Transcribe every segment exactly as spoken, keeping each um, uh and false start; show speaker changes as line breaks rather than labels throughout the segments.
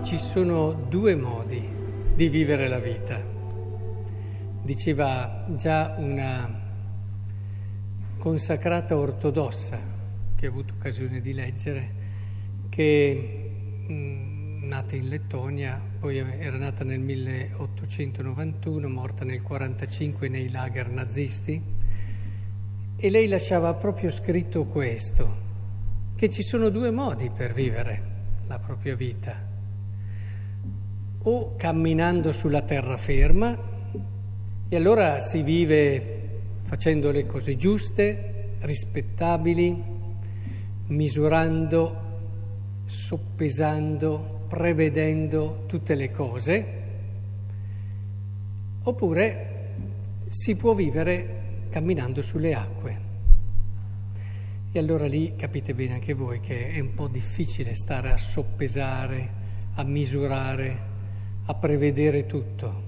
Ci sono due modi di vivere la vita. Diceva già una consacrata ortodossa che ho avuto occasione di leggere, che mh, nata in Lettonia, poi era nata nel milleottocentonovantuno, morta nel quarantacinque nei lager nazisti, e lei lasciava proprio scritto questo, che ci sono due modi per vivere la propria vita: o camminando sulla terraferma, e allora si vive facendo le cose giuste, rispettabili, misurando, soppesando, prevedendo tutte le cose, oppure si può vivere camminando sulle acque. E allora lì capite bene anche voi che è un po' difficile stare a soppesare, a misurare, a prevedere tutto.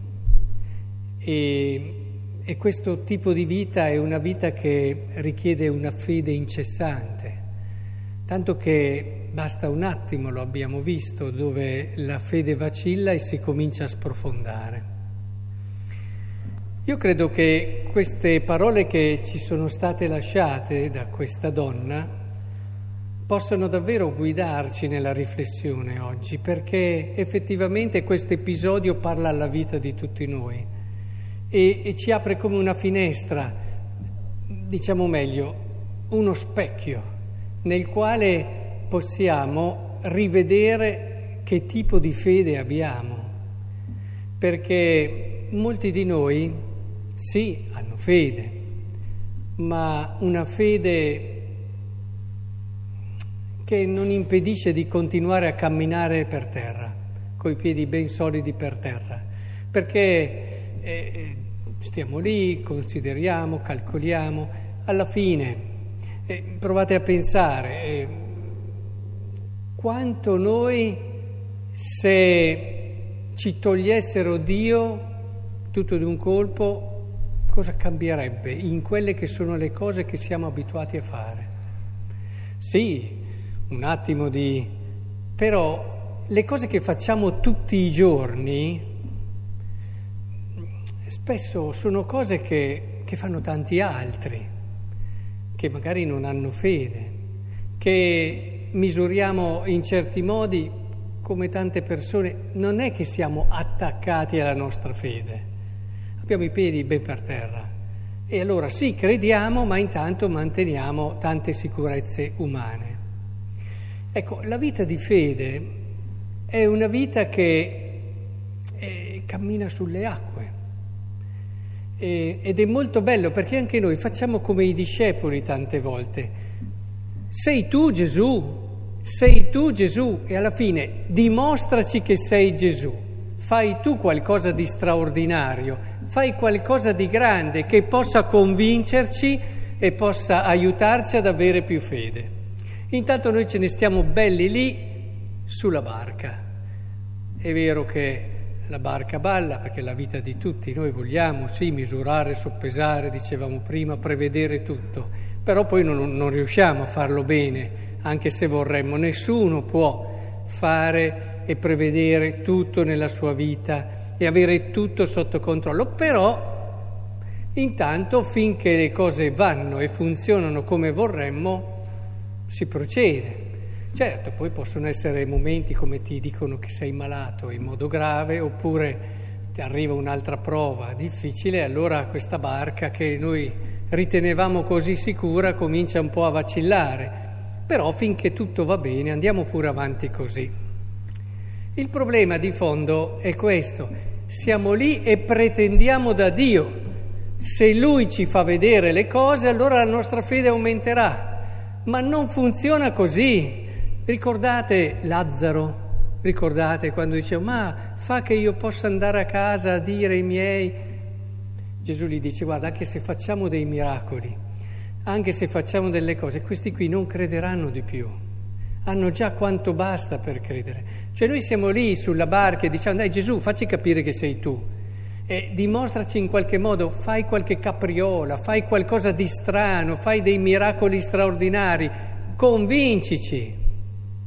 E, e questo tipo di vita è una vita che richiede una fede incessante, tanto che basta un attimo, lo abbiamo visto, dove la fede vacilla e si comincia a sprofondare. Io credo che queste parole che ci sono state lasciate da questa donna possano davvero guidarci nella riflessione oggi, perché effettivamente questo episodio parla alla vita di tutti noi e, e ci apre come una finestra, diciamo meglio, uno specchio nel quale possiamo rivedere che tipo di fede abbiamo, perché molti di noi sì, hanno fede, ma una fede che non impedisce di continuare a camminare per terra, coi piedi ben solidi per terra, perché eh, stiamo lì, consideriamo, calcoliamo, alla fine eh, provate a pensare eh, quanto noi, se ci togliessero Dio tutto d'un colpo, cosa cambierebbe in quelle che sono le cose che siamo abituati a fare? Sì, un attimo di... però le cose che facciamo tutti i giorni spesso sono cose che, che fanno tanti altri, che magari non hanno fede, che misuriamo in certi modi come tante persone. Non è che siamo attaccati alla nostra fede, abbiamo i piedi ben per terra e allora sì, crediamo, ma intanto manteniamo tante sicurezze umane. Ecco, la vita di fede è una vita che eh, cammina sulle acque e, ed è molto bello, perché anche noi facciamo come i discepoli tante volte. Sei tu Gesù, sei tu Gesù, e alla fine dimostraci che sei Gesù. Fai tu qualcosa di straordinario, fai qualcosa di grande che possa convincerci e possa aiutarci ad avere più fede. Intanto noi ce ne stiamo belli lì sulla barca. È vero che la barca balla, perché è la vita di tutti, noi vogliamo sì misurare, soppesare, dicevamo prima, prevedere tutto, però poi non, non riusciamo a farlo bene, anche se vorremmo. Nessuno può fare e prevedere tutto nella sua vita e avere tutto sotto controllo, però intanto finché le cose vanno e funzionano come vorremmo si procede. Certo, poi possono essere momenti come ti dicono che sei malato in modo grave, oppure ti arriva un'altra prova difficile, allora questa barca che noi ritenevamo così sicura comincia un po' a vacillare, però finché tutto va bene andiamo pure avanti così. Il problema di fondo è questo: siamo lì e pretendiamo da Dio. Se Lui ci fa vedere le cose, allora la nostra fede aumenterà. Ma non funziona così. Ricordate Lazzaro? Ricordate quando diceva: ma fa che io possa andare a casa a dire ai miei... Gesù gli dice: guarda, anche se facciamo dei miracoli, anche se facciamo delle cose, questi qui non crederanno di più. Hanno già quanto basta per credere. Cioè noi siamo lì sulla barca e diciamo: dai Gesù, facci capire che sei tu. E dimostraci in qualche modo, fai qualche capriola, fai qualcosa di strano, fai dei miracoli straordinari, convincici.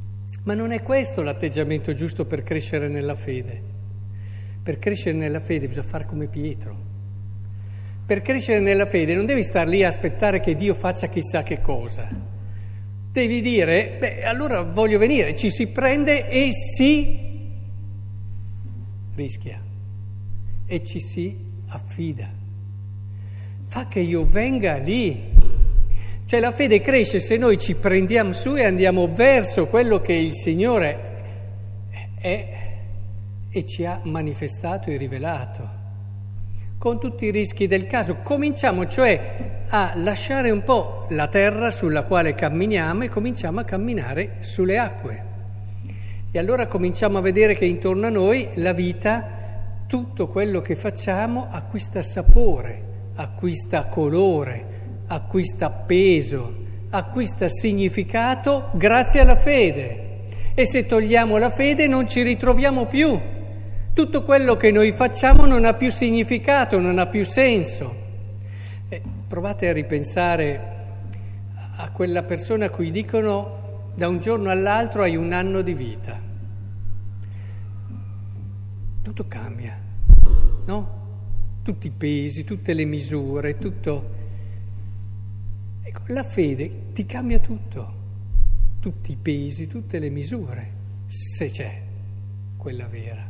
Ma non è questo l'atteggiamento giusto per crescere nella fede. Per crescere nella fede bisogna fare come Pietro. Per crescere nella fede non devi star lì a aspettare che Dio faccia chissà che cosa. Devi dire, beh, allora voglio venire, ci si prende e si rischia e ci si affida. Fa che io venga lì. Cioè la fede cresce se noi ci prendiamo su e andiamo verso quello che il Signore è e ci ha manifestato e rivelato, con tutti i rischi del caso. Cominciamo cioè a lasciare un po' la terra sulla quale camminiamo e cominciamo a camminare sulle acque. E allora cominciamo a vedere che intorno a noi la vita, tutto quello che facciamo acquista sapore, acquista colore, acquista peso, acquista significato grazie alla fede. E se togliamo la fede non ci ritroviamo più. Tutto quello che noi facciamo non ha più significato, non ha più senso. Eh, provate a ripensare a quella persona a cui dicono da un giorno all'altro hai un anno di vita. Tutto cambia, no? Tutti i pesi, tutte le misure, tutto. Ecco, la fede ti cambia tutto, tutti i pesi, tutte le misure, se c'è quella vera.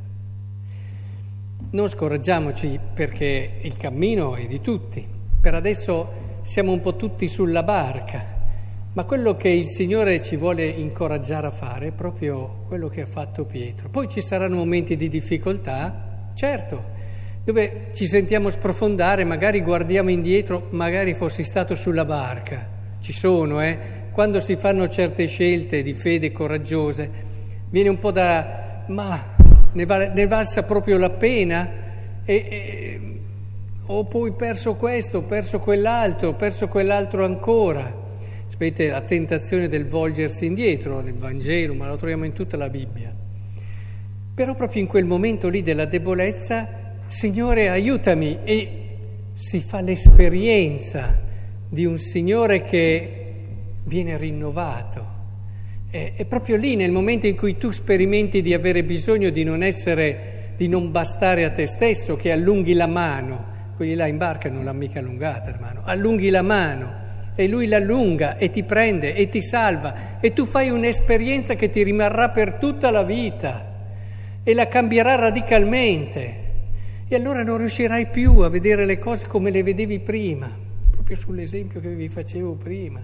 Non scoraggiamoci perché il cammino è di tutti. Per adesso siamo un po' tutti sulla barca, ma quello che il Signore ci vuole incoraggiare a fare è proprio quello che ha fatto Pietro. Poi ci saranno momenti di difficoltà, certo, dove ci sentiamo sprofondare, magari guardiamo indietro, magari fossi stato sulla barca. Ci sono, eh? Quando si fanno certe scelte di fede coraggiose, viene un po' da... ma ne, val- ne valsa proprio la pena? E, e, ho poi perso questo, ho perso quell'altro, ho perso quell'altro ancora. Sapete, la tentazione del volgersi indietro nel Vangelo, ma lo troviamo in tutta la Bibbia. Però proprio in quel momento lì della debolezza, Signore aiutami, e si fa l'esperienza di un Signore che viene rinnovato. È, è proprio lì, nel momento in cui tu sperimenti di avere bisogno di non essere, di non bastare a te stesso, che allunghi la mano. Quelli là in barca non l'hanno mica allungata la mano, allunghi la mano e lui l'allunga e ti prende e ti salva e tu fai un'esperienza che ti rimarrà per tutta la vita e la cambierà radicalmente. E allora non riuscirai più a vedere le cose come le vedevi prima, proprio sull'esempio che vi facevo prima.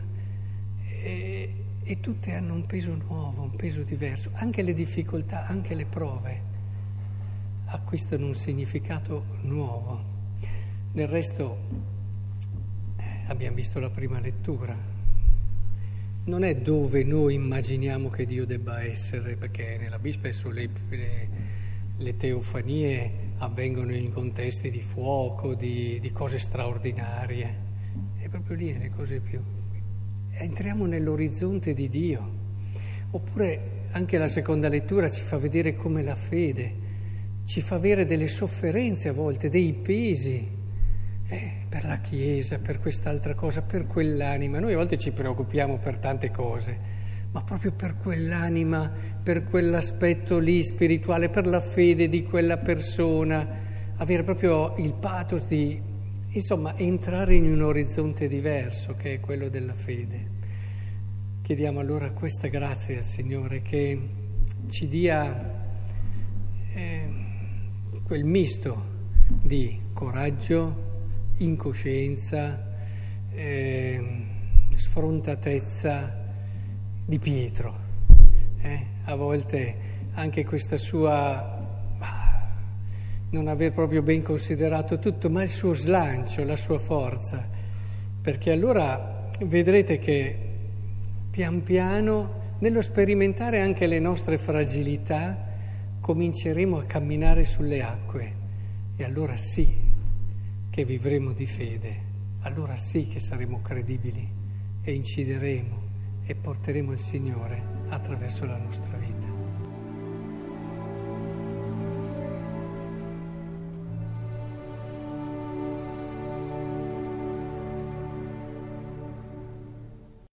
E, e tutte hanno un peso nuovo, un peso diverso. Anche le difficoltà, anche le prove acquistano un significato nuovo. Del resto eh, abbiamo visto la prima lettura. Non è dove noi immaginiamo che Dio debba essere, perché nella Bibbia spesso le, le, le teofanie avvengono in contesti di fuoco, di, di cose straordinarie. È proprio lì nelle cose più... Entriamo nell'orizzonte di Dio. Oppure anche la seconda lettura ci fa vedere come la fede ci fa avere delle sofferenze a volte, dei pesi. Eh, per la Chiesa, per quest'altra cosa, per quell'anima. Noi a volte ci preoccupiamo per tante cose, ma proprio per quell'anima, per quell'aspetto lì spirituale, per la fede di quella persona, avere proprio il pathos di, insomma, entrare in un orizzonte diverso che è quello della fede. Chiediamo allora questa grazia al Signore che ci dia eh, quel misto di coraggio, incoscienza, eh, sfrontatezza di Pietro. Eh? A volte anche questa sua ah, non aver proprio ben considerato tutto, ma il suo slancio, la sua forza, perché allora vedrete che pian piano, nello sperimentare anche le nostre fragilità, cominceremo a camminare sulle acque e allora sì che vivremo di fede, allora sì che saremo credibili e incideremo e porteremo il Signore attraverso la nostra vita.